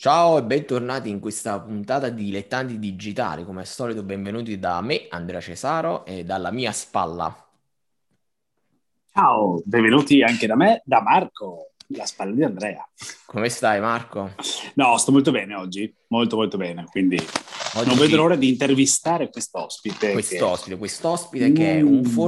Ciao e bentornati in questa puntata di Dilettanti Digitali. Come al solito, benvenuti da me, Andrea Cesaro, e dalla mia spalla. Ciao, benvenuti anche da me, da Marco, la spalla di Andrea. Come stai, Marco? No, sto molto bene oggi, molto molto bene, quindi non vedo Oggi l'ora di intervistare quest'ospite che... quest'ospite che Mm,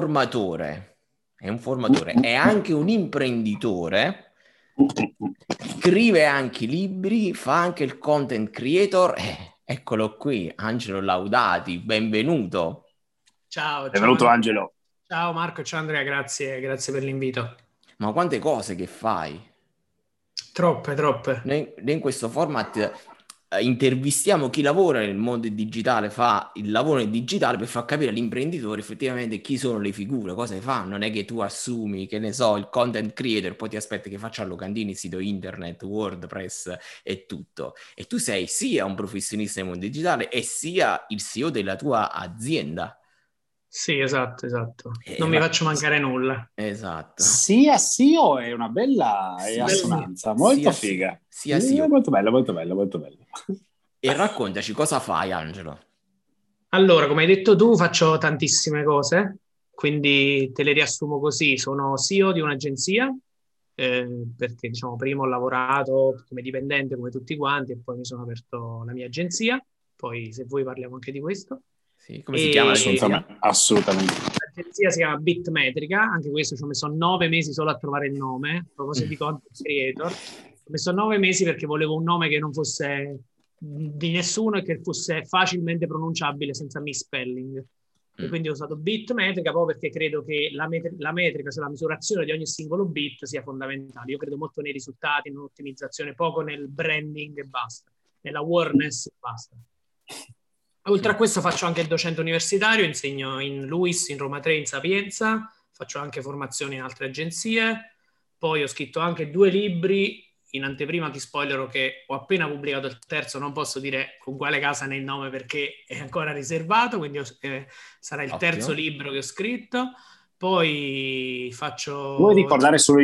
è un mm, formatore, mm, è mm, anche un imprenditore, mm, mm. scrive anche libri, fa anche il content creator. Eccolo qui, Angelo Laudati, benvenuto. Ciao, ciao, Benvenuto Angelo. ciao Marco, ciao Andrea, grazie per l'invito. Ma quante cose che fai? Troppe, troppe. Noi in questo format intervistiamo chi lavora nel mondo digitale, fa il lavoro nel digitale per far capire all'imprenditore effettivamente chi sono le figure, cosa fanno. Non è che tu assumi, che ne so, il content creator, poi ti aspetti che faccia locandini, sito internet, WordPress e tutto. E tu sei sia un professionista nel mondo digitale e sia il CEO della tua azienda. Sì, esatto, esatto. E Non mi faccio mancare nulla. esatto. Sia Sio è una bella Sì, assonanza, molto sia, figa. sia CEO. Molto bella, molto bella, molto bella. E raccontaci cosa fai, Angelo. Allora, come hai detto tu, faccio tantissime cose, quindi te le riassumo così. Sono CEO di un'agenzia, perché diciamo prima ho lavorato come dipendente come tutti quanti e poi mi sono aperto la mia agenzia. Poi se vuoi parliamo anche di questo. Sì, come si chiama E l'agenzia? Assolutamente, assolutamente. l'agenzia si chiama Bitmetrica, anche questo ci ho messo 9 mesi solo a trovare il nome, a proposito di content creator. Ho messo 9 mesi perché volevo un nome che non fosse di nessuno e che fosse facilmente pronunciabile senza misspelling. E Mm. quindi ho usato Bitmetrica proprio perché credo che la metrica, cioè la misurazione di ogni singolo bit, sia fondamentale. Io credo molto nei risultati, nell'ottimizzazione, poco nel branding e basta, nella awareness e basta. Oltre a Mm. questo faccio anche il docente universitario, insegno in LUIS, in Roma 3, in Sapienza, faccio anche formazioni in altre agenzie, poi ho scritto anche 2 libri, in anteprima ti spoilerò che ho appena pubblicato il terzo, non posso dire con quale casa né il nome perché è ancora riservato, quindi sarà il terzo Ottimo. libro che ho scritto, poi Vuoi faccio... ricordare solo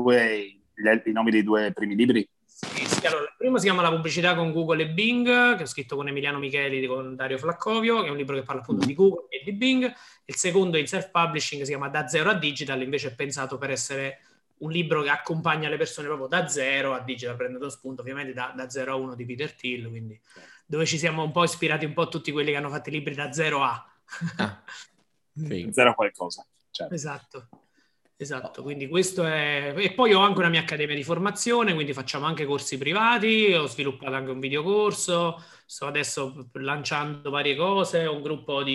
i nomi dei due primi libri? Sì, sì, allora, il primo si chiama La pubblicità con Google e Bing, che ho scritto con Emiliano Micheli e con Dario Flaccovio, che è un libro che parla appunto di Google e di Bing. Il secondo in self-publishing si chiama Da zero a digital, invece è pensato per essere un libro che accompagna le persone proprio da zero a digital, prendendo spunto ovviamente da 0 a 1 di Peter Thiel, quindi dove ci siamo un po' ispirati un po' tutti quelli che hanno fatto i libri da 0 a. Ah, figo. Zero qualcosa, certo. Esatto, esatto. Oh, Quindi questo è... E poi ho anche una mia accademia di formazione, quindi facciamo anche corsi privati, ho sviluppato anche un videocorso, sto adesso lanciando varie cose, ho un gruppo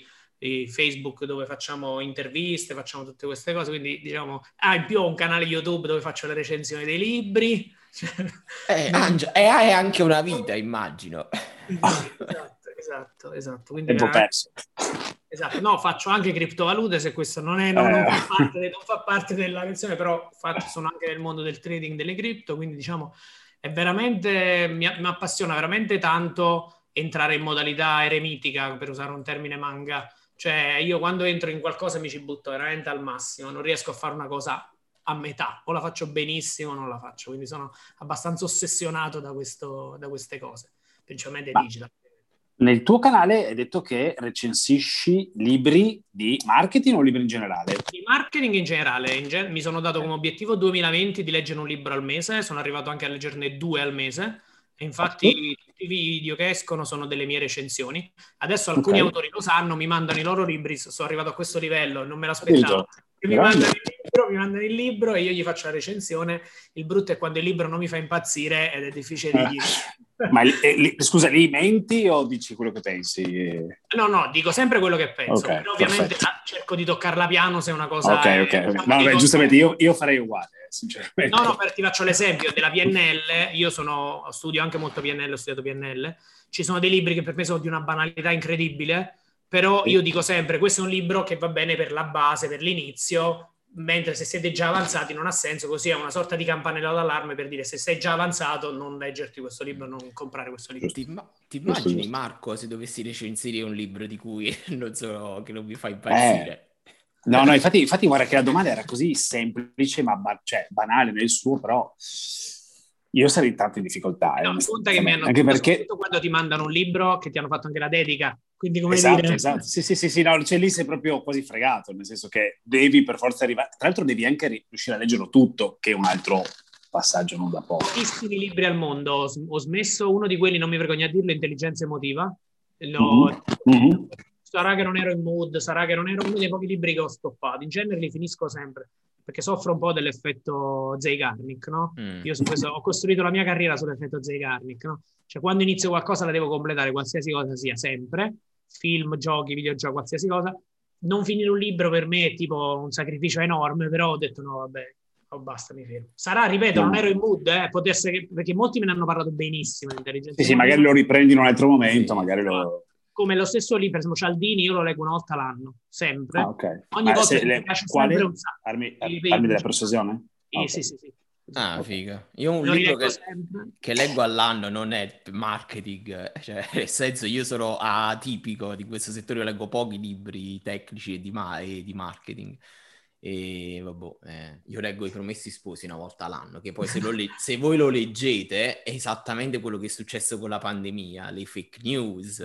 di Facebook dove facciamo interviste, facciamo tutte queste cose, quindi diciamo... Ah, in più ho un canale YouTube dove faccio le recensioni dei libri. Cioè, non... E hai anche una vita, immagino. Sì, esatto, esatto, esatto. Quindi Tempo veramente... perso. Esatto, no, faccio anche criptovalute se questo non, è, non Eh, fa parte non fa parte della lezione, però sono anche nel mondo del trading delle cripto, quindi diciamo è veramente, mi appassiona veramente tanto entrare in modalità eremitica, per usare un termine manga. Cioè io quando entro in qualcosa mi ci butto veramente al massimo, non riesco a fare una cosa a metà, o la faccio benissimo o non la faccio, quindi sono abbastanza ossessionato da queste cose, principalmente ma digital. nel tuo canale hai detto che recensisci libri di marketing o libri in generale? Di marketing in generale, mi sono dato come obiettivo 2020 di leggere un libro al mese, sono arrivato anche a leggerne 2 al mese e Ottimo. infatti tutti i video che escono sono delle mie recensioni. Adesso Ok, alcuni autori lo sanno, mi mandano i loro libri, sono arrivato a questo livello, non me addirittura. l'aspettavo. Che Grande. mi mandano il libro e io gli faccio la recensione. Il brutto è quando il libro non mi fa impazzire ed è difficile Eh, dirgli. ma scusa, lì menti o dici quello che pensi? No, no, dico sempre quello che Ok, penso, però ovviamente perfetto. cerco di toccarla piano se una Ok, cosa è... ok, ok. Diciamo, No, beh, dico, giustamente io farei uguale, no, no, sinceramente. ti faccio l'esempio della PNL. Io studio anche molto PNL, ho studiato PNL. Ci sono dei libri che per me sono di una banalità incredibile, però Sì. io dico sempre: questo è un libro che va bene per la base, per l'inizio, mentre se siete già avanzati non ha senso. Così è una sorta di campanello d'allarme per dire: se sei già avanzato, non leggerti questo libro, non comprare questo libro. Giusto, Ti giusto, immagini, giusto. Marco, se dovessi recensire un libro di cui non so, che non mi fa Eh, impazzire? no, no, infatti guarda che la domanda era così semplice, ma cioè, banale nel suo, però Io sarei tanto in difficoltà. No, conta che mi hanno anche perché quando ti mandano un libro che ti hanno fatto anche la dedica, quindi come esatto, dire... esatto. Sì, no, cioè lì sei proprio quasi fregato, nel senso che devi per forza arrivare. Tra l'altro devi anche riuscire a leggerlo tutto, che è un altro passaggio non da poco. Pochissimi libri al mondo, ho smesso uno di quelli, non mi vergogno a dirlo, Intelligenza emotiva. Sarà che non ero in mood, sarà che non ero uno dei pochi libri che ho stoppato. In genere li finisco sempre, perché soffro un po' dell'effetto Zeigarnik, no? Io su questo ho costruito la mia carriera sull'effetto Zeigarnik, no? Cioè quando inizio qualcosa la devo completare, qualsiasi cosa sia, sempre. Film, giochi, videogiochi, qualsiasi cosa. Non finire un libro per me è tipo un sacrificio enorme, però ho detto no, vabbè, oh, basta, mi fermo. Sarà, ripeto, non ero in mood, può essere che, perché molti me ne hanno parlato benissimo. Sì, magari lo riprendi in un altro momento, magari lo... Come lo stesso libro, per esempio Cialdini, io lo leggo una volta l'anno, sempre. Okay. Ogni volta mi piace sempre un sacco. Armi della persuasione? Sì. Ah, figa. Io un libro che leggo all'anno non è marketing, cioè nel senso io sono atipico di questo settore, io leggo pochi libri tecnici e di marketing. E vabbè, io leggo I Promessi Sposi una volta all'anno, che poi se voi lo leggete è esattamente quello che è successo con la pandemia, le fake news,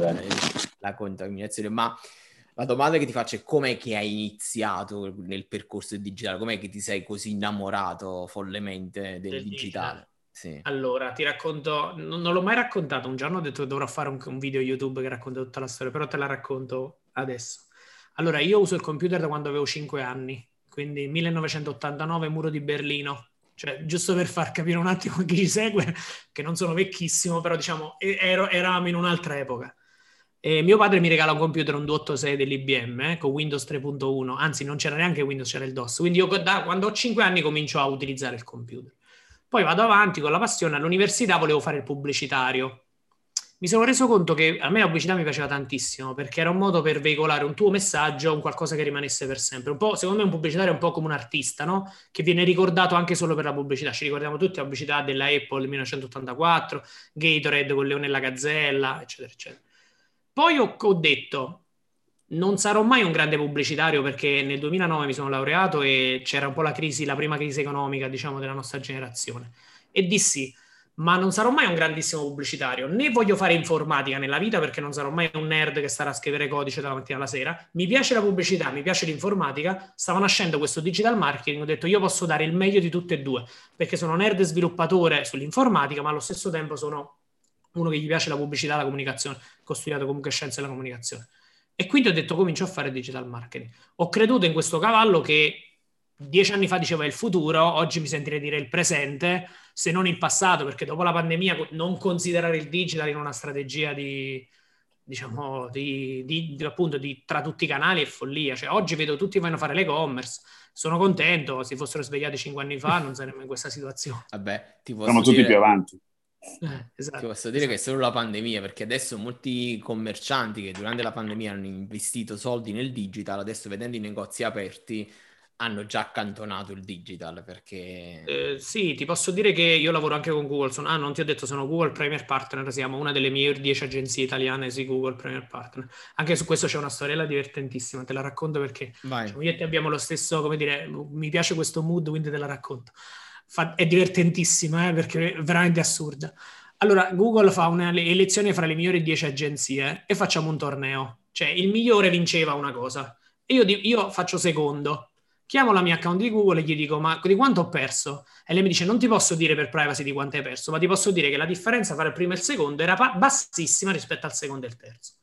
la contaminazione. Ma la domanda che ti faccio è: com'è che hai iniziato nel percorso digitale? Com'è che ti sei così innamorato follemente del digitale? Sì. Allora, ti racconto, non l'ho mai raccontato, un giorno ho detto che dovrò fare un video YouTube che racconta tutta la storia, però te la racconto adesso. Allora, io uso il computer da quando avevo 5 anni, quindi 1989, muro di Berlino. Cioè, giusto per far capire un attimo a chi ci segue, che non sono vecchissimo, però diciamo, eravamo in un'altra epoca. E mio padre mi regala un computer, un 286 dell'IBM, con Windows 3.1, anzi non c'era neanche Windows, c'era il DOS, quindi io quando ho 5 anni comincio a utilizzare il computer. Poi vado avanti con la passione, all'università volevo fare il pubblicitario. Mi sono reso conto che a me la pubblicità mi piaceva tantissimo, perché era un modo per veicolare un tuo messaggio, un qualcosa che rimanesse per sempre. Un po', secondo me un pubblicitario è un po' come un artista, no? Che viene ricordato anche solo per la pubblicità. Ci ricordiamo tutti la pubblicità della Apple 1984, Gatorade con Leone e la Gazzella, eccetera, eccetera. Poi ho detto, non sarò mai un grande pubblicitario perché nel 2009 mi sono laureato e c'era un po' la crisi, la prima crisi economica, diciamo, della nostra generazione. E dissi, ma non sarò mai un grandissimo pubblicitario, né voglio fare informatica nella vita perché non sarò mai un nerd che starà a scrivere codice dalla mattina alla sera. Mi piace la pubblicità, mi piace l'informatica, stava nascendo questo digital marketing, ho detto io posso dare il meglio di tutte e due, perché sono nerd sviluppatore sull'informatica, ma allo stesso tempo sono uno che gli piace la pubblicità, la comunicazione, ho studiato comunque scienze della comunicazione. E quindi ho detto comincio a fare digital marketing. Ho creduto in questo cavallo che 10 anni fa diceva il futuro, oggi mi sentirei dire il presente, se non il passato, perché dopo la pandemia non considerare il digital in una strategia di, diciamo, appunto, tra tutti i canali è follia. Cioè, oggi vedo tutti vanno a fare l'e-commerce, sono contento, se fossero svegliati 5 anni fa non saremmo in questa situazione. Vabbè, siamo tutti più avanti. Esatto, ti posso dire che è solo la pandemia, perché adesso molti commercianti che durante la pandemia hanno investito soldi nel digital, adesso vedendo i negozi aperti hanno già accantonato il digital, perché sì, ti posso dire che io lavoro anche con Google. Non ti ho detto, sono Google Premier Partner, siamo una delle mie 10 agenzie italiane, sì, Google Premier Partner. Anche su questo c'è una storiella divertentissima, te la racconto perché diciamo, io e te abbiamo lo stesso, come dire, mi piace questo mood, quindi te la racconto. È divertentissima, perché è veramente assurda. Allora, Google fa una elezione fra le migliori 10 agenzie e facciamo un torneo. Cioè, il migliore vinceva una cosa. E io faccio secondo. Chiamo la mia account di Google e gli dico, ma di quanto ho perso? E lei mi dice, non ti posso dire per privacy di quanto hai perso, ma ti posso dire che la differenza tra il primo e il secondo era bassissima rispetto al secondo e il terzo.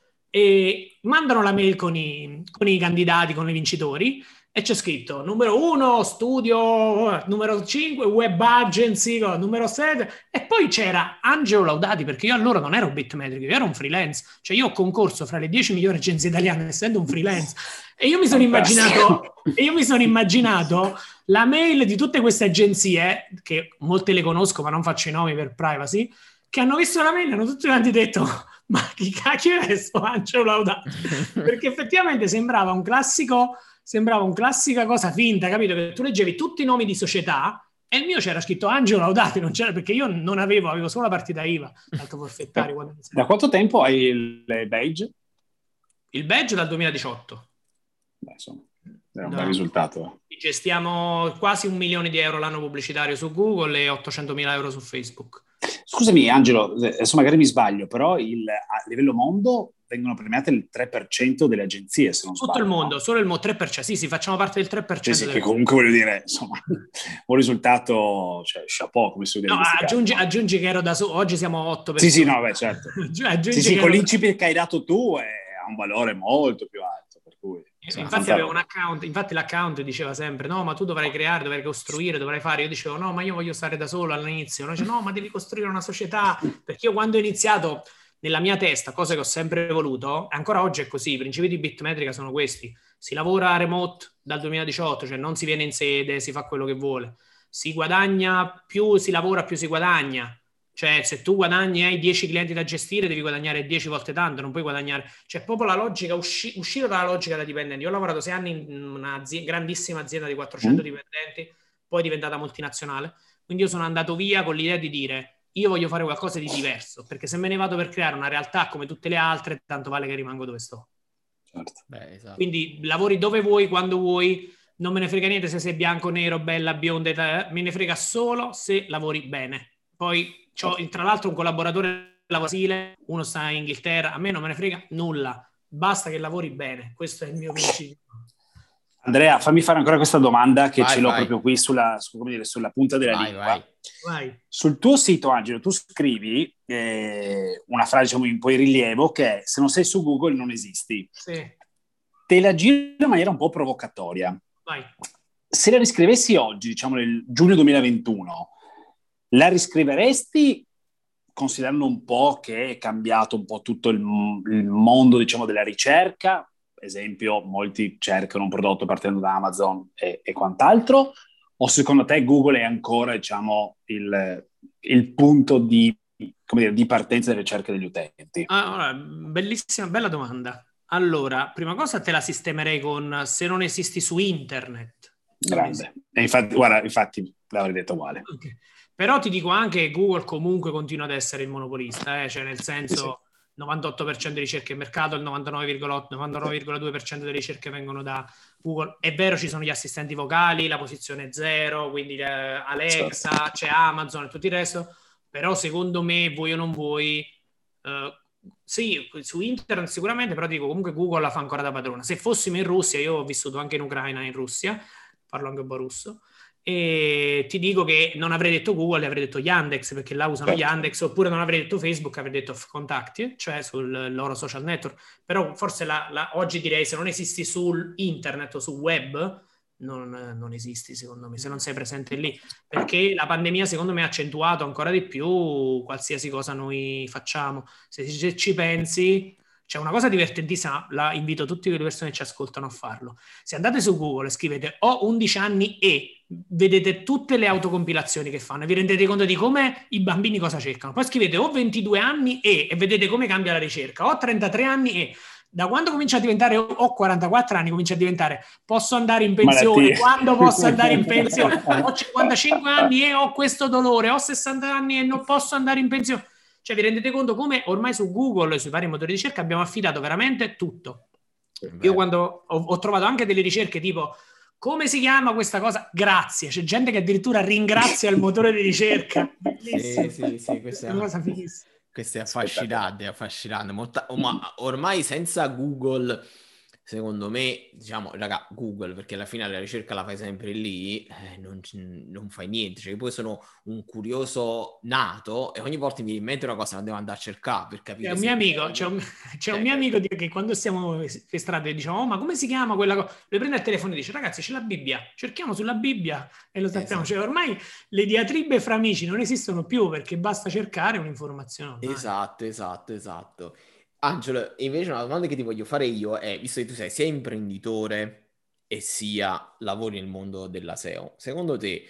E mandano la mail con i candidati, con i vincitori, e c'è scritto numero 1 studio, numero 5 web agency, numero 7, e poi c'era Angelo Laudati, perché io allora non ero Bitmetric, io ero un freelance, cioè io ho concorso fra le 10 migliori agenzie italiane essendo un freelance, e io mi sono immaginato la mail di tutte queste agenzie, che molte le conosco ma non faccio i nomi per privacy, che hanno visto la mail e hanno tutti quanti detto ma chi cacchio è sto Angelo Laudati? Perché effettivamente sembrava un classica cosa finta, capito? Che tu leggevi tutti i nomi di società e il mio c'era scritto Angelo Laudati, non c'era, perché io non avevo solo la partita IVA, l'alto forfettario. Da quanto tempo hai il badge? Il badge dal 2018. Beh, insomma, È un bel risultato. Gestiamo quasi 1 milione di euro l'anno pubblicitario su Google e 800.000 euro su Facebook. Scusami Angelo, adesso magari mi sbaglio, però a livello mondo vengono premiate il 3% delle agenzie, se non sbaglio. Tutto il mondo, no? solo il 3%, sì, facciamo parte del 3%. Sì, che comunque voglio dire, insomma, un risultato, cioè chapeau, come si vuol dire. Aggiungi che ero da solo, oggi siamo 8 persone. Sì, no, beh, certo. Sì, con l'incipit che hai dato tu ha un valore molto più alto, per cui... Infatti avevo un account, infatti l'account diceva sempre no, ma tu dovrai creare, dovrai costruire, dovrai fare. Io dicevo no, ma io voglio stare da solo all'inizio. No, no, ma devi costruire una società, perché io quando ho iniziato nella mia testa, cose che ho sempre voluto, ancora oggi è così, i principi di Bitmetrica sono questi: si lavora remote dal 2018, cioè non si viene in sede, si fa quello che vuole, si guadagna, più si lavora più si guadagna. Cioè, se tu guadagni e hai 10 clienti da gestire, devi guadagnare 10 volte tanto, non puoi guadagnare... Cioè, proprio la logica, uscire dalla logica da dipendenti. Io ho lavorato 6 anni in una grandissima azienda di 400 dipendenti, poi è diventata multinazionale. Quindi io sono andato via con l'idea di dire, io voglio fare qualcosa di diverso, perché se me ne vado per creare una realtà come tutte le altre, tanto vale che rimango dove sto. Certo. Beh, esatto. Quindi lavori dove vuoi, quando vuoi, non me ne frega niente se sei bianco, nero, bella, bionda, me ne frega solo se lavori bene. Poi c'ho tra l'altro un collaboratore lavora in Brasile, uno sta in Inghilterra, a me non me ne frega nulla, basta che lavori bene, questo è il mio principio. Andrea, fammi fare ancora questa domanda che l'ho proprio qui sulla punta della lingua. Vai. Sul tuo sito, Angelo, tu scrivi una frase un po' in rilievo che è: se non sei su Google non esisti. Sì. Te la giro in maniera un po' provocatoria. Vai. Se la riscrivessi oggi, diciamo nel giugno 2021, la riscriveresti considerando un po' che è cambiato un po' tutto il mondo, diciamo, della ricerca? Esempio, molti cercano un prodotto partendo da Amazon e quant'altro, o secondo te Google è ancora, diciamo, il punto di partenza delle ricerche degli utenti? Allora, bella domanda. Allora, prima cosa te la sistemerei con se non esisti su internet. Grande. E infatti l'avrei detto uguale. Okay. Però ti dico anche che Google comunque continua ad essere il monopolista, cioè nel senso... Sì. 98% di ricerche in mercato, il 99,2% delle ricerche vengono da Google. È vero, ci sono gli assistenti vocali, la posizione 0, quindi Alexa, certo. C'è Amazon e tutto il resto, però secondo me, vuoi o non vuoi, sì, su internet sicuramente, però dico comunque Google la fa ancora da padrona. Se fossimo in Russia, io ho vissuto anche in Ucraina e in Russia, parlo anche un po' russo, e ti dico che non avrei detto Google, avrei detto Yandex, perché là usano Yandex, oppure non avrei detto Facebook, avrei detto Contact, cioè sul loro social network. Però forse oggi direi, se non esisti sul internet o sul web, non esisti, secondo me, se non sei presente lì, perché la pandemia secondo me ha accentuato ancora di più qualsiasi cosa noi facciamo. Se ci pensi, c'è una cosa divertentissima, la invito tutte le persone che ci ascoltano a farlo. Se andate su Google e scrivete ho 11 anni e vedete tutte le autocompilazioni che fanno e vi rendete conto di come i bambini cosa cercano. Poi scrivete ho 22 anni e vedete come cambia la ricerca. Ho 33 anni e da quando comincia a diventare, ho 44 anni, comincia a diventare posso andare in pensione, quando posso andare in pensione, ho 55 anni e ho questo dolore, ho 60 anni e non posso andare in pensione. Cioè vi rendete conto come ormai su Google e sui vari motori di ricerca abbiamo affidato veramente tutto. Io quando ho trovato anche delle ricerche tipo come si chiama questa cosa? Grazie. C'è gente che addirittura ringrazia il motore di ricerca. Bellissimo. Sì, questa è una cosa fighissima. Questo è affascinante. Ma ormai senza Google, secondo me, diciamo, raga, Google, perché alla fine la ricerca la fai sempre lì, non fai niente. Cioè, poi sono un curioso nato e ogni volta mi viene in mente una cosa, la devo andare a cercare per capire. C'è un mio amico che quando stiamo per strada diciamo, ma come si chiama quella cosa? Lui prende il telefono e dice, ragazzi, c'è la Bibbia, cerchiamo sulla Bibbia e lo sappiamo. Cioè, ormai le diatribe fra amici non esistono più perché basta cercare un'informazione. Esatto. Angelo, invece una domanda che ti voglio fare io è, visto che tu sei sia imprenditore e sia lavori nel mondo della SEO, secondo te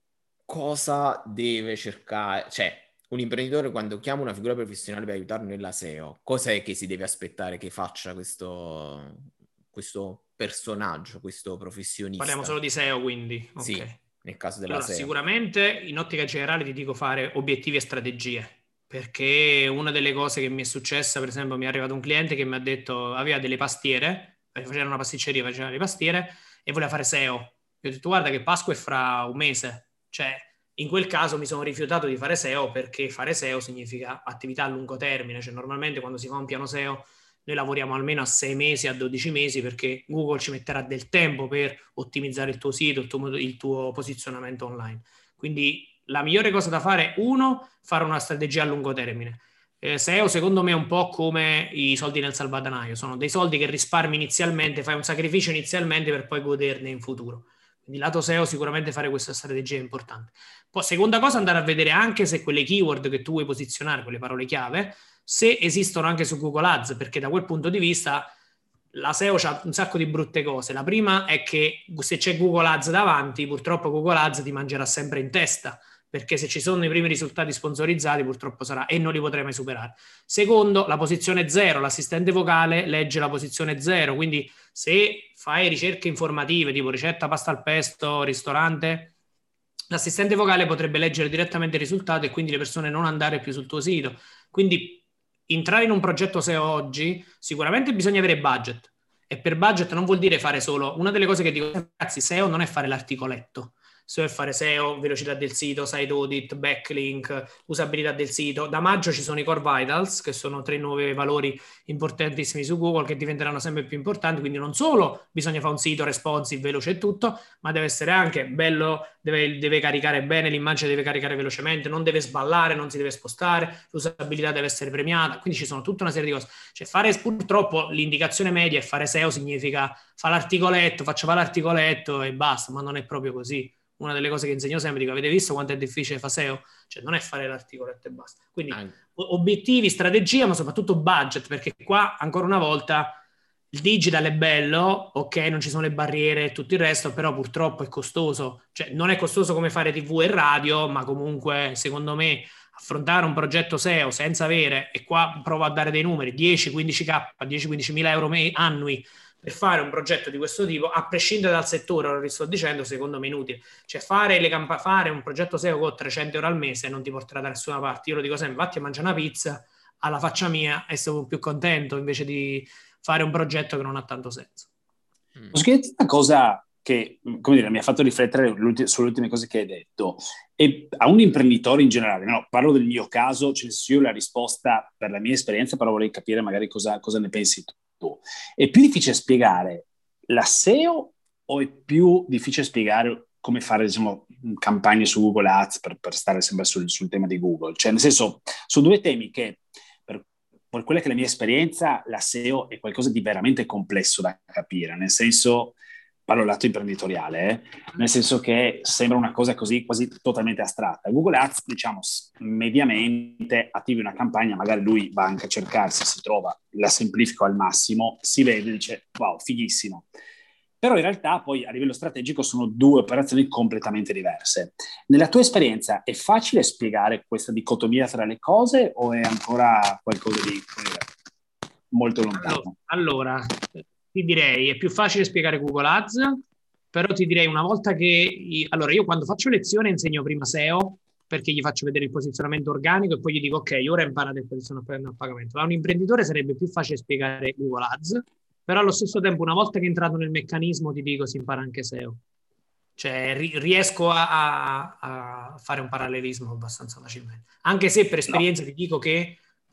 cosa deve cercare, cioè un imprenditore quando chiama una figura professionale per aiutarlo nella SEO, cos'è che si deve aspettare che faccia questo personaggio, questo professionista? Parliamo solo di SEO quindi? Sì, okay. Nel caso della SEO. Sicuramente in ottica generale ti dico fare obiettivi e strategie. Perché una delle cose che mi è successa, per esempio, mi è arrivato un cliente che mi ha detto, aveva delle pastiere, faceva una pasticceria, faceva le pastiere, e voleva fare SEO. Io ho detto guarda che Pasqua è fra un mese, cioè in quel caso mi sono rifiutato di fare SEO perché fare SEO significa attività a lungo termine, cioè normalmente quando si fa un piano SEO noi lavoriamo almeno a 6 mesi, a 12 mesi, perché Google ci metterà del tempo per ottimizzare il tuo sito, il tuo posizionamento online. Quindi la migliore cosa da fare è, uno, fare una strategia a lungo termine. SEO secondo me è un po' come i soldi nel salvadanaio, sono dei soldi che risparmi inizialmente, fai un sacrificio inizialmente per poi goderne in futuro. Quindi lato SEO sicuramente fare questa strategia è importante. Poi seconda cosa, andare a vedere anche se quelle keyword che tu vuoi posizionare, quelle parole chiave, se esistono anche su Google Ads, perché da quel punto di vista la SEO ha un sacco di brutte cose. La prima è che se c'è Google Ads davanti, purtroppo Google Ads ti mangerà sempre in testa, perché se ci sono i primi risultati sponsorizzati purtroppo sarà, e non li potrai mai superare. Secondo, la posizione 0, l'assistente vocale legge la posizione 0, quindi se fai ricerche informative tipo ricetta pasta al pesto, ristorante, l'assistente vocale potrebbe leggere direttamente il risultato e quindi le persone non andare più sul tuo sito. Quindi entrare in un progetto SEO oggi sicuramente bisogna avere budget, e per budget non vuol dire fare solo, una delle cose che dico ragazzi, SEO non è fare l'articoletto, SEO è fare SEO, velocità del sito, site audit, backlink, usabilità del sito. Da maggio ci sono i Core Vitals, che sono 3 nuovi valori importantissimi su Google che diventeranno sempre più importanti, quindi non solo bisogna fare un sito responsive, veloce e tutto, ma deve essere anche bello, deve caricare bene, l'immagine deve caricare velocemente, non deve sballare, non si deve spostare, l'usabilità deve essere premiata, quindi ci sono tutta una serie di cose. Cioè purtroppo l'indicazione media è fare SEO significa fa l'articoletto, faccio fare l'articoletto e basta, ma non è proprio così. Una delle cose che insegno sempre, dico, avete visto quanto è difficile fare SEO? Cioè non è fare l'articoletto e basta. Quindi obiettivi, strategia, ma soprattutto budget, perché qua ancora una volta il digital è bello, ok, non ci sono le barriere e tutto il resto, però purtroppo è costoso. Cioè non è costoso come fare TV e radio, ma comunque secondo me affrontare un progetto SEO senza avere, e qua provo a dare dei numeri, 10-15k, 10-15 mila euro annui per fare un progetto di questo tipo, a prescindere dal settore, ora vi sto dicendo, secondo me è inutile. Cioè fare un progetto SEO con 300 euro al mese non ti porterà da nessuna parte. Io lo dico sempre, vatti a mangiare una pizza alla faccia mia e sono più contento invece di fare un progetto che non ha tanto senso. Posso chiederti una cosa che, come dire, mi ha fatto riflettere sulle ultime cose che hai detto, e a un imprenditore in generale, no, parlo del mio caso, cioè io la risposta per la mia esperienza, però vorrei capire magari cosa ne pensi tu. È più difficile spiegare la SEO o è più difficile spiegare come fare, diciamo, campagne su Google Ads per stare sempre sul tema di Google? Cioè, nel senso, sono due temi che, per quella che è la mia esperienza, la SEO è qualcosa di veramente complesso da capire, nel senso, parlo lato imprenditoriale, nel senso che sembra una cosa così quasi totalmente astratta. Google Ads, diciamo, mediamente attivi una campagna, magari lui va anche a cercarsi, si trova, la semplifico al massimo, si vede e dice wow, fighissimo. Però in realtà poi a livello strategico sono due operazioni completamente diverse. Nella tua esperienza è facile spiegare questa dicotomia tra le cose o è ancora qualcosa di molto lontano? Allora, ti direi, è più facile spiegare Google Ads, però ti direi una volta che... Allora, io quando faccio lezione insegno prima SEO, perché gli faccio vedere il posizionamento organico e poi gli dico, ok, ora imparate il posizionamento a pagamento. A un imprenditore sarebbe più facile spiegare Google Ads, però allo stesso tempo, una volta che è entrato nel meccanismo, ti dico, si impara anche SEO. Cioè, riesco a fare un parallelismo abbastanza facilmente. Anche se per esperienza ti dico che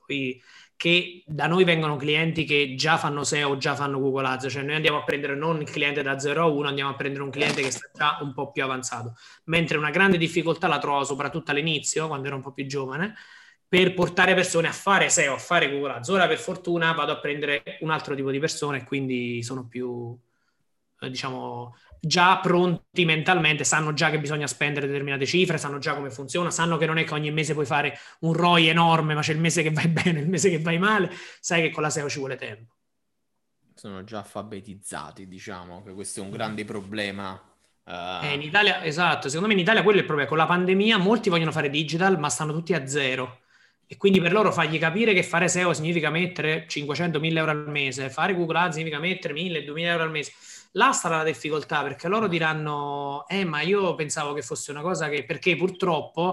da noi vengono clienti che già fanno SEO, già fanno Google Ads, cioè noi andiamo a prendere non il cliente da 0 a 1, andiamo a prendere un cliente che sta già un po' più avanzato, mentre una grande difficoltà la trovo soprattutto all'inizio, quando ero un po' più giovane, per portare persone a fare SEO, a fare Google Ads. Ora per fortuna vado a prendere un altro tipo di persone e quindi sono più, diciamo, già pronti mentalmente, sanno già che bisogna spendere determinate cifre, sanno già come funziona, sanno che non è che ogni mese puoi fare un ROI enorme, ma c'è il mese che vai bene, il mese che vai male, sai che con la SEO ci vuole tempo. Sono già alfabetizzati, diciamo, che questo è un grande problema. In Italia, esatto, secondo me in Italia quello è il problema. Con la pandemia molti vogliono fare digital, ma stanno tutti a zero. E quindi per loro fargli capire che fare SEO significa mettere 500.000 euro al mese, fare Google Ads significa mettere 1.000-2.000 euro al mese. Là sarà la difficoltà, perché loro diranno ma io pensavo che fosse una cosa che... Perché purtroppo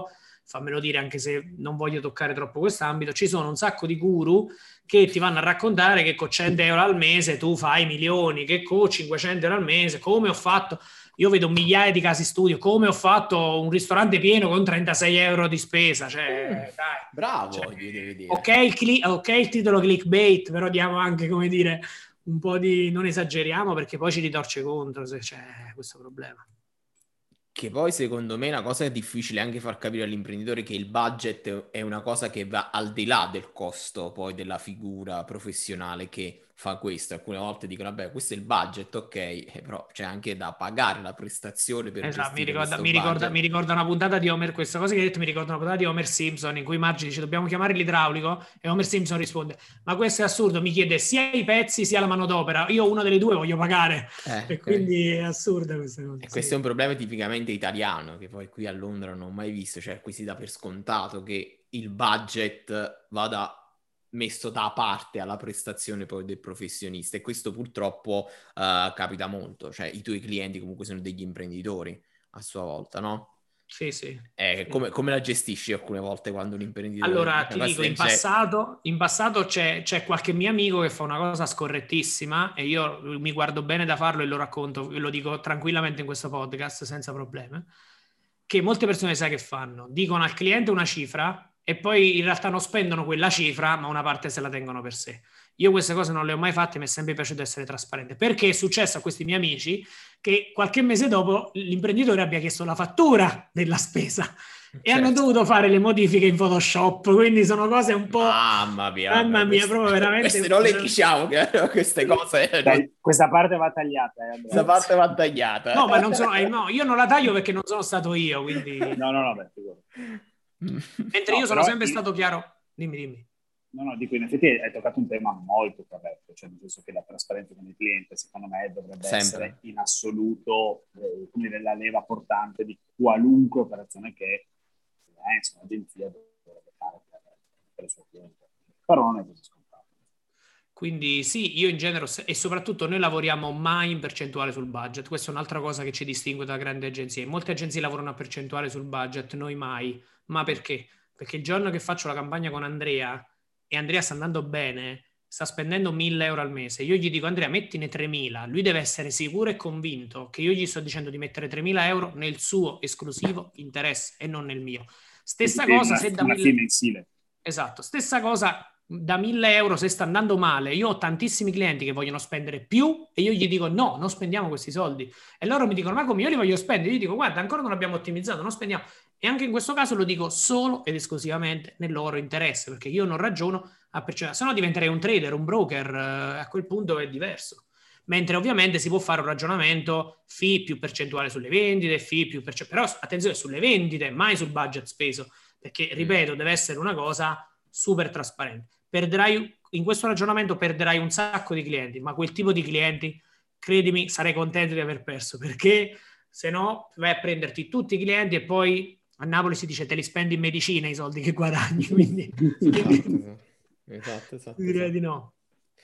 fammelo dire anche se non voglio toccare troppo quest'ambito, ci sono un sacco di guru che ti vanno a raccontare che con 100 euro al mese tu fai milioni, che con 500 euro al mese, come ho fatto, io vedo migliaia di casi studio, come ho fatto un ristorante pieno con 36 euro di spesa, cioè dai. Bravo, Cioè, devi dire. ok il titolo clickbait, però diamo anche, come dire, un po' di... non esageriamo perché poi ci ritorce contro se c'è questo problema. Che poi secondo me è una cosa difficile anche far capire all'imprenditore che il budget è una cosa che va al di là del costo poi della figura professionale che fa questo. Alcune volte dicono, vabbè, questo è il budget, ok, però c'è anche da pagare la prestazione per Esatto, gestire questo budget. mi ricorda una puntata di Homer, questa cosa che hai detto mi ricorda una puntata di Homer Simpson in cui Marge dice dobbiamo chiamare l'idraulico e Homer Simpson risponde ma questo è assurdo, mi chiede sia i pezzi sia la manodopera, io una delle due voglio pagare e quindi è assurda questa cosa. E questo è un problema tipicamente italiano che poi qui a Londra non ho mai visto, cioè qui si dà per scontato che il budget vada messo da parte alla prestazione poi del professionista e questo purtroppo capita molto, cioè i tuoi clienti comunque sono degli imprenditori a sua volta, no? Sì, sì. Come la gestisci alcune volte quando un imprenditore... Allora, ti dico, in passato c'è qualche mio amico che fa una cosa scorrettissima e io mi guardo bene da farlo e lo racconto, lo dico tranquillamente in questo podcast senza problemi, che molte persone sai che fanno? Dicono al cliente una cifra e poi in realtà non spendono quella cifra, ma una parte se la tengono per sé. Io queste cose non le ho mai fatte, mi è sempre piaciuto essere trasparente. Perché è successo a questi miei amici che qualche mese dopo l'imprenditore abbia chiesto la fattura della spesa e hanno dovuto fare le modifiche in Photoshop, quindi sono cose un po'... Mamma mia, proprio veramente... Queste non le diciamo, queste cose... Dai, questa parte va tagliata. Questa parte va tagliata. No, ma non sono... no, io non la taglio perché non sono stato io, quindi... No, beh, Mentre io sono sempre stato chiaro... Dimmi. No, dico, in effetti hai toccato un tema molto corretto, cioè nel senso che la trasparenza con il cliente, secondo me, dovrebbe essere in assoluto la leva portante di qualunque operazione che un'agenzia dovrebbe fare per il suo cliente. Però non è così scontato. Quindi sì, io in genere, e soprattutto noi lavoriamo mai in percentuale sul budget, questa è un'altra cosa che ci distingue da grandi agenzie. Molte agenzie lavorano a percentuale sul budget, noi mai. Ma perché? Perché il giorno che faccio la campagna con Andrea e Andrea sta andando bene, sta spendendo 1.000 euro al mese, io gli dico Andrea mettine 3.000, lui deve essere sicuro e convinto che io gli sto dicendo di mettere 3.000 euro nel suo esclusivo interesse e non nel mio. Stessa cosa se da 1.000... mensile. Esatto, stessa cosa da 1.000 euro se sta andando male. Io ho tantissimi clienti che vogliono spendere più e io gli dico no, non spendiamo questi soldi e loro mi dicono ma come, io li voglio spendere, io dico guarda ancora non abbiamo ottimizzato, non spendiamo. E anche in questo caso lo dico solo ed esclusivamente nel loro interesse, perché io non ragiono a percentuale, se no diventerei un trader, un broker, a quel punto è diverso. Mentre ovviamente si può fare un ragionamento fee più percentuale sulle vendite, fee più percentuale, però attenzione sulle vendite, mai sul budget speso, perché ripeto, deve essere una cosa super trasparente. In questo ragionamento perderai un sacco di clienti, ma quel tipo di clienti, credimi, sarei contento di aver perso, perché se no vai a prenderti tutti i clienti e poi a Napoli si dice te li spendi in medicina i soldi che guadagni, quindi esatto. Direi di no.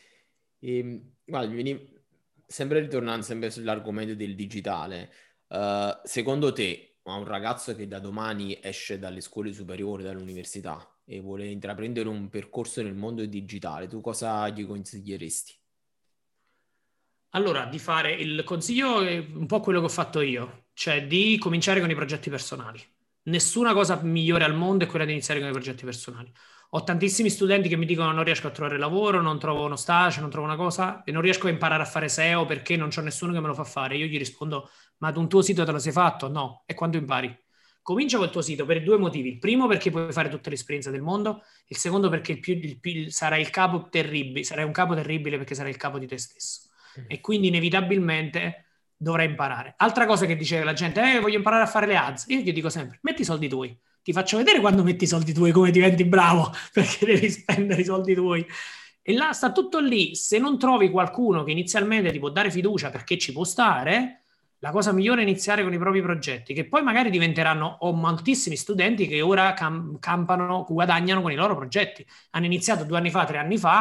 Guarda, sempre ritornando sempre sull'argomento del digitale, secondo te un ragazzo che da domani esce dalle scuole superiori, dall'università e vuole intraprendere un percorso nel mondo digitale, tu cosa gli consiglieresti? Allora, di fare il consiglio è un po' quello che ho fatto io, cioè di cominciare con i progetti personali. Nessuna cosa migliore al mondo è quella di iniziare con i progetti personali. Ho tantissimi studenti che mi dicono non riesco a trovare lavoro, non trovo uno stage, non trovo una cosa e non riesco a imparare a fare SEO perché non c'è nessuno che me lo fa fare. Io gli rispondo, ma un tuo sito te lo sei fatto? No. E quando impari? Comincia col tuo sito per due motivi. Il primo perché puoi fare tutte le esperienze del mondo, il secondo perché sarai il capo terribile, sarai un capo terribile perché sarai il capo di te stesso. E quindi inevitabilmente dovrai imparare. Altra cosa che dice la gente, voglio imparare a fare le ads. Io gli dico sempre, metti i soldi tuoi. Ti faccio vedere quando metti i soldi tuoi come diventi bravo, perché devi spendere i soldi tuoi. E là sta tutto lì. Se non trovi qualcuno che inizialmente ti può dare fiducia perché ci può stare, la cosa migliore è iniziare con i propri progetti, che poi magari diventeranno, ho moltissimi studenti che ora campano, guadagnano con i loro progetti. Hanno iniziato 2 anni fa, 3 anni fa,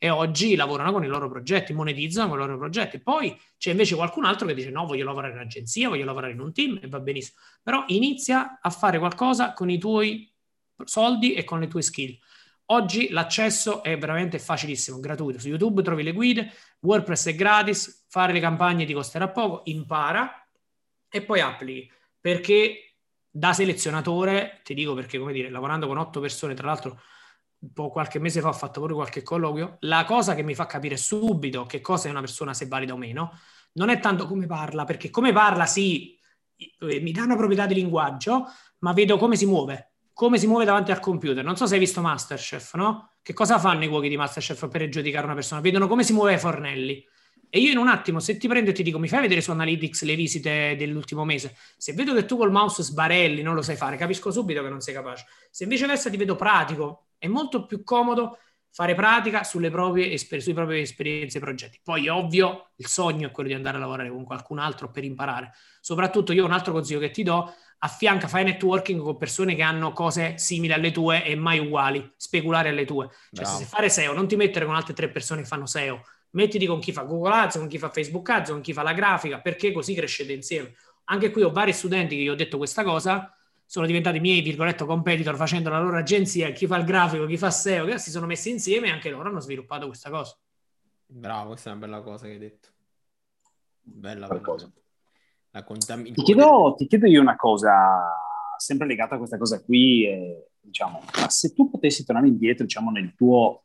e oggi lavorano con i loro progetti, monetizzano con i loro progetti. Poi c'è invece qualcun altro che dice no, voglio lavorare in agenzia, voglio lavorare in un team e va benissimo. Però inizia a fare qualcosa con i tuoi soldi e con le tue skill. Oggi l'accesso è veramente facilissimo, gratuito. Su YouTube trovi le guide, WordPress è gratis, fare le campagne ti costerà poco, impara e poi applichi. Perché da selezionatore, ti dico perché, come dire, lavorando con 8 persone, tra l'altro qualche mese fa ho fatto pure qualche colloquio, la cosa che mi fa capire subito che cosa è una persona, se valida o meno, non è tanto come parla, perché come parla sì, mi dà una proprietà di linguaggio, ma vedo come si muove davanti al computer. Non so se hai visto Masterchef, no? Che cosa fanno i cuochi di Masterchef per giudicare una persona? Vedono come si muove ai fornelli. E io in un attimo, se ti prendo e ti dico, mi fai vedere su Analytics le visite dell'ultimo mese? Se vedo che tu col mouse sbarelli, non lo sai fare, capisco subito che non sei capace. Se viceversa ti vedo pratico, è molto più comodo fare pratica sui proprie esperienze e progetti. Poi, ovvio, il sogno è quello di andare a lavorare con qualcun altro per imparare. Soprattutto io un altro consiglio che ti do, affianca, fai networking con persone che hanno cose simili alle tue e mai uguali, speculare alle tue. Cioè, se fare SEO, non ti mettere con altre 3 persone che fanno SEO, mettiti con chi fa Google Ads, con chi fa Facebook Ads, con chi fa la grafica, perché così crescete insieme. Anche qui ho vari studenti che gli ho detto questa cosa, sono diventati miei, virgolette, competitor facendo la loro agenzia, chi fa il grafico, chi fa SEO, che si sono messi insieme e anche loro hanno sviluppato questa cosa. Bravo, questa è una bella cosa che hai detto. Bella cosa. Ti chiedo io una cosa, sempre legata a questa cosa qui, diciamo, ma se tu potessi tornare indietro, diciamo, nel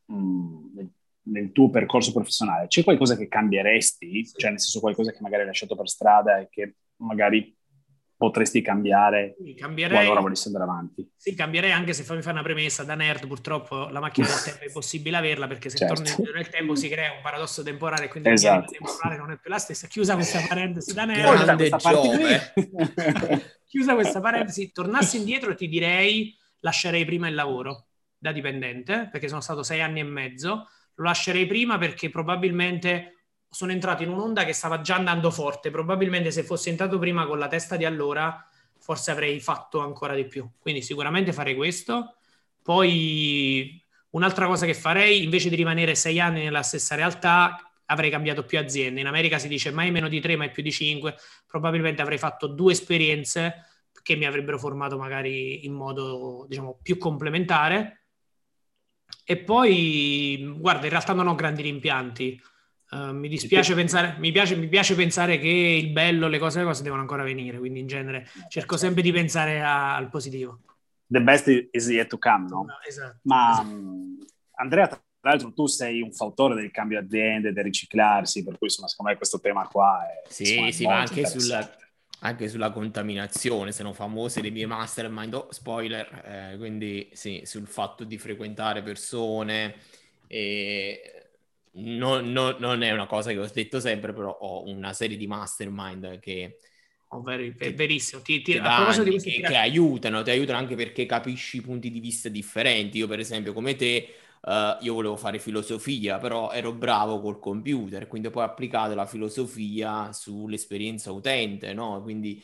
tuo percorso professionale, c'è qualcosa che cambieresti? Sì. Cioè, nel senso, qualcosa che magari hai lasciato per strada e che magari potresti cambiare qualora volessi andare avanti? Sì, cambierei, anche se mi fa una premessa da nerd, purtroppo la macchina del tempo è impossibile averla, perché se torni nel tempo si crea un paradosso temporale, quindi la mia vita temporale non è più la stessa. Chiusa questa parentesi da nerd. Chiusa questa parentesi, tornassi indietro ti direi lascerei prima il lavoro da dipendente, perché sono stato 6 anni e mezzo, lo lascerei prima perché probabilmente sono entrato in un'onda che stava già andando forte. Probabilmente se fossi entrato prima con la testa di allora, forse avrei fatto ancora di più. Quindi sicuramente farei questo. Poi un'altra cosa che farei, invece di rimanere 6 anni nella stessa realtà, avrei cambiato più aziende. In America si dice mai meno di 3, mai più di 5. Probabilmente avrei fatto 2 esperienze che mi avrebbero formato magari in modo, diciamo, più complementare. E poi, guarda, in realtà non ho grandi rimpianti. Mi dispiace pensare, mi piace pensare che il bello, le cose devono ancora venire, quindi in genere cerco sempre di pensare al positivo. The best is yet to come, no? Esatto. Ma Andrea, tra l'altro tu sei un fautore del cambio aziende, del riciclarsi, per cui insomma secondo me questo tema qua è ma anche sulla contaminazione, sono famose le mie mastermind, spoiler, quindi sì, sul fatto di frequentare persone e... Non è una cosa che ho detto sempre, però ho una serie di mastermind che verissimo. A proposito di che aiutano, ti aiutano anche perché capisci punti di vista differenti. Io per esempio come te, io volevo fare filosofia, però ero bravo col computer, quindi poi ho applicato la filosofia sull'esperienza utente, no? Quindi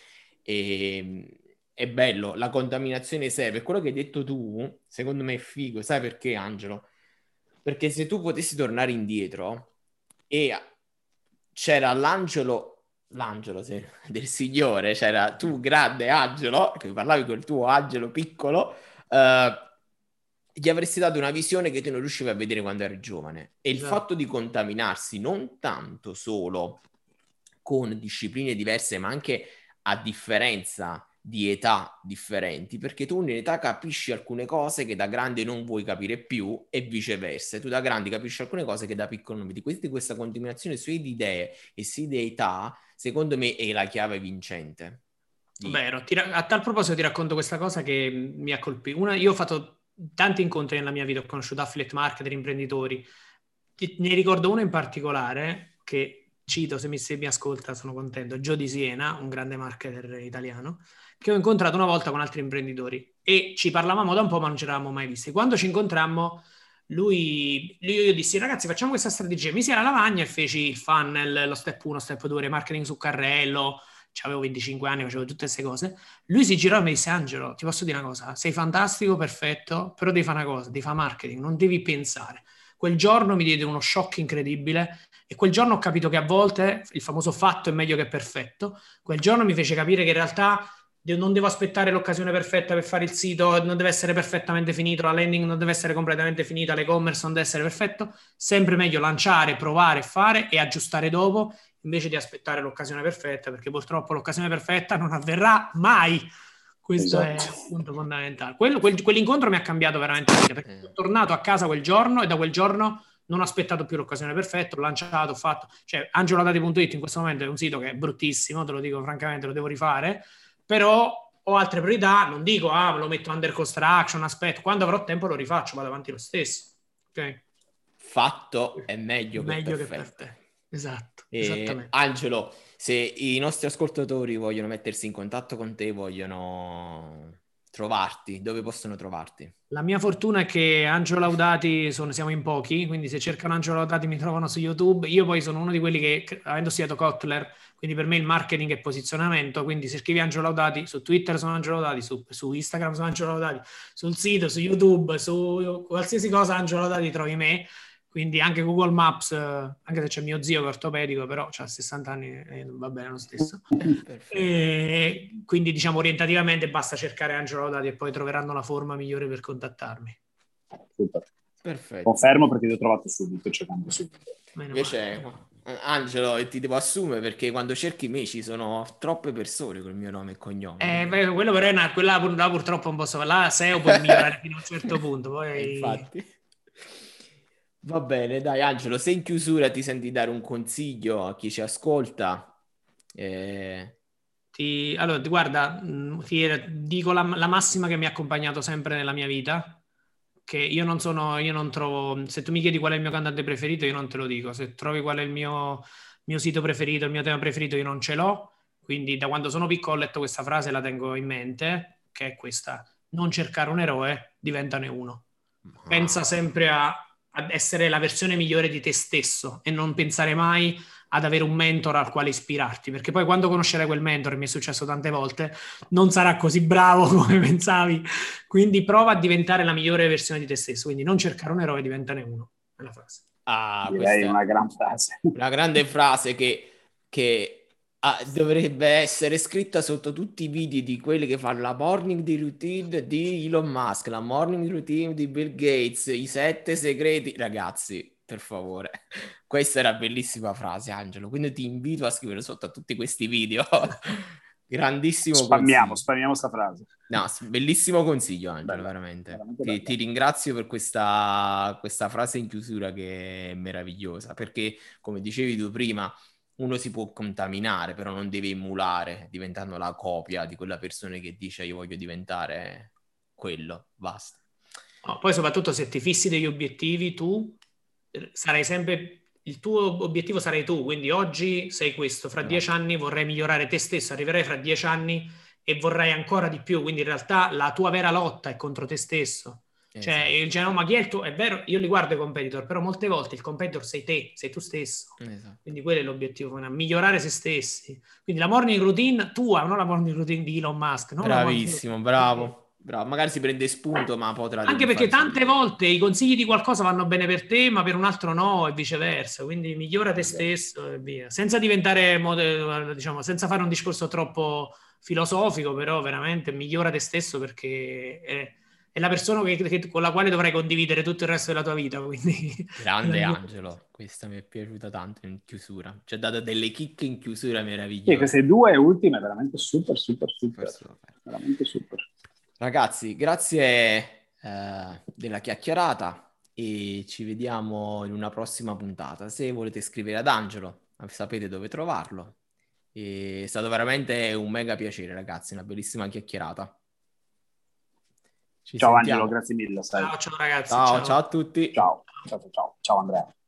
è bello, la contaminazione serve. Quello che hai detto tu, secondo me è figo, sai perché, Angelo? Perché se tu potessi tornare indietro e c'era l'angelo sì, del Signore, c'era tu grande Angelo, che parlavi col tuo angelo piccolo, gli avresti dato una visione che tu non riuscivi a vedere quando eri giovane. E il fatto di contaminarsi non tanto solo con discipline diverse, ma anche a differenza di età differenti, perché tu in età capisci alcune cose che da grande non vuoi capire più e viceversa, tu da grande capisci alcune cose che da piccolo non vedi. Questa continuazione sia di idee e sia di età, secondo me è la chiave vincente. Vero, a tal proposito ti racconto questa cosa che mi ha colpito. Io ho fatto tanti incontri nella mia vita, ho conosciuto affiliate marketer, imprenditori, ne ricordo uno in particolare che cito, se mi ascolta sono contento, Gio di Siena, un grande marketer italiano, che ho incontrato una volta con altri imprenditori e ci parlavamo da un po' ma non ci eravamo mai visti. Quando ci incontrammo io dissi ragazzi facciamo questa strategia, mi si alla lavagna e feci il funnel, lo step 1, step 2, marketing su carrello, avevo 25 anni, facevo tutte queste cose. Lui si girò e mi disse Angelo, ti posso dire una cosa, sei fantastico, perfetto, però devi fare una cosa, devi fare marketing, non devi pensare. Quel giorno mi diede uno shock incredibile e quel giorno ho capito che a volte il famoso fatto è meglio che perfetto. Quel giorno mi fece capire che in realtà non devo aspettare l'occasione perfetta per fare il sito, non deve essere perfettamente finito, la landing non deve essere completamente finita, l'e-commerce non deve essere perfetto, sempre meglio lanciare, provare, fare e aggiustare dopo invece di aspettare l'occasione perfetta, perché purtroppo l'occasione perfetta non avverrà mai. Questo è un punto fondamentale. Quell'incontro mi ha cambiato veramente la vita, perché sono tornato a casa quel giorno e da quel giorno non ho aspettato più l'occasione perfetta, ho lanciato, ho fatto... Cioè, angelodati.it in questo momento è un sito che è bruttissimo, te lo dico francamente, lo devo rifare, però ho altre priorità, non dico, me lo metto under construction, aspetto, quando avrò tempo lo rifaccio, vado avanti lo stesso. Ok? Fatto è meglio che perfetto. Esatto, esattamente. Angelo, se i nostri ascoltatori vogliono mettersi in contatto con te, vogliono trovarti, dove possono trovarti? La mia fortuna è che Angelo Laudati siamo in pochi, quindi se cercano Angelo Laudati mi trovano su YouTube. Io poi sono uno di quelli che, avendo studiato Kotler, quindi per me il marketing è posizionamento, quindi se scrivi Angelo Laudati su Twitter sono Angelo Laudati, su Instagram sono Angelo Laudati, sul sito, su YouTube, su qualsiasi cosa Angelo Laudati trovi me. Quindi anche Google Maps, anche se c'è mio zio che è ortopedico, però ha 60 anni e va bene lo stesso. E quindi diciamo orientativamente basta cercare Angelo Laudati e poi troveranno la forma migliore per contattarmi. Super. Perfetto. Confermo perché ti ho trovato subito, cercando subito. Invece, Angelo, ti devo assumere perché quando cerchi me ci sono troppe persone con il mio nome e cognome. Quello però è quella purtroppo un po' là SEO puoi migliorare fino a un certo punto. Poi... Infatti. Va bene, dai Angelo, se in chiusura ti senti dare un consiglio a chi ci ascolta. Allora, guarda, ti dico la massima che mi ha accompagnato sempre nella mia vita, che io non trovo, se tu mi chiedi qual è il mio cantante preferito, io non te lo dico, se trovi qual è il mio sito preferito, il mio tema preferito, io non ce l'ho, quindi da quando sono piccolo ho letto questa frase e la tengo in mente, che è questa: non cercare un eroe, diventane uno. Pensa sempre ad essere la versione migliore di te stesso e non pensare mai ad avere un mentor al quale ispirarti, perché poi quando conoscerai quel mentor, mi è successo tante volte, non sarà così bravo come pensavi, quindi prova a diventare la migliore versione di te stesso, quindi non cercare un eroe, diventane uno. È la frase. Direi una gran frase. Una grande frase che dovrebbe essere scritta sotto tutti i video di quelli che fanno la morning di routine di Elon Musk, la morning routine di Bill Gates, i 7 segreti. Ragazzi, per favore, questa era bellissima frase, Angelo, quindi ti invito a scrivere sotto a tutti questi video. Grandissimo spammiamo sta frase. No, bellissimo consiglio, Angelo, veramente ti ringrazio per questa frase in chiusura che è meravigliosa, perché come dicevi tu prima, uno si può contaminare, però non deve emulare, diventando la copia di quella persona che dice io voglio diventare quello, basta. No, poi soprattutto se ti fissi degli obiettivi, tu sarai sempre... Il tuo obiettivo sarai tu, quindi oggi sei questo, fra 10 anni vorrai migliorare te stesso, arriverai fra 10 anni e vorrai ancora di più, quindi in realtà la tua vera lotta è contro te stesso. Cioè, no, ma chi è il tuo? È vero, io li guardo i competitor, però molte volte il competitor sei te, sei tu stesso. Quindi quello è l'obiettivo, migliorare se stessi. Quindi la morning routine tua, non la morning routine di Elon Musk. Non bravissimo, bravo. Magari si prende spunto, ma potrà... Anche perché tante volte i consigli di qualcosa vanno bene per te, ma per un altro no, e viceversa. Quindi migliora te stesso e via. Senza diventare, diciamo, senza fare un discorso troppo filosofico, però veramente migliora te stesso perché è la persona con la quale dovrai condividere tutto il resto della tua vita. Quindi... Grande Angelo, questa mi è piaciuta tanto in chiusura. Ci ha dato delle chicche in chiusura meravigliose. Sì, queste due ultime veramente super. Veramente super. Ragazzi, grazie della chiacchierata e ci vediamo in una prossima puntata. Se volete scrivere ad Angelo, sapete dove trovarlo. È stato veramente un mega piacere, ragazzi, una bellissima chiacchierata. Ciao Angelo, grazie mille. Ciao ragazzi. Ciao a tutti. Ciao Andrea.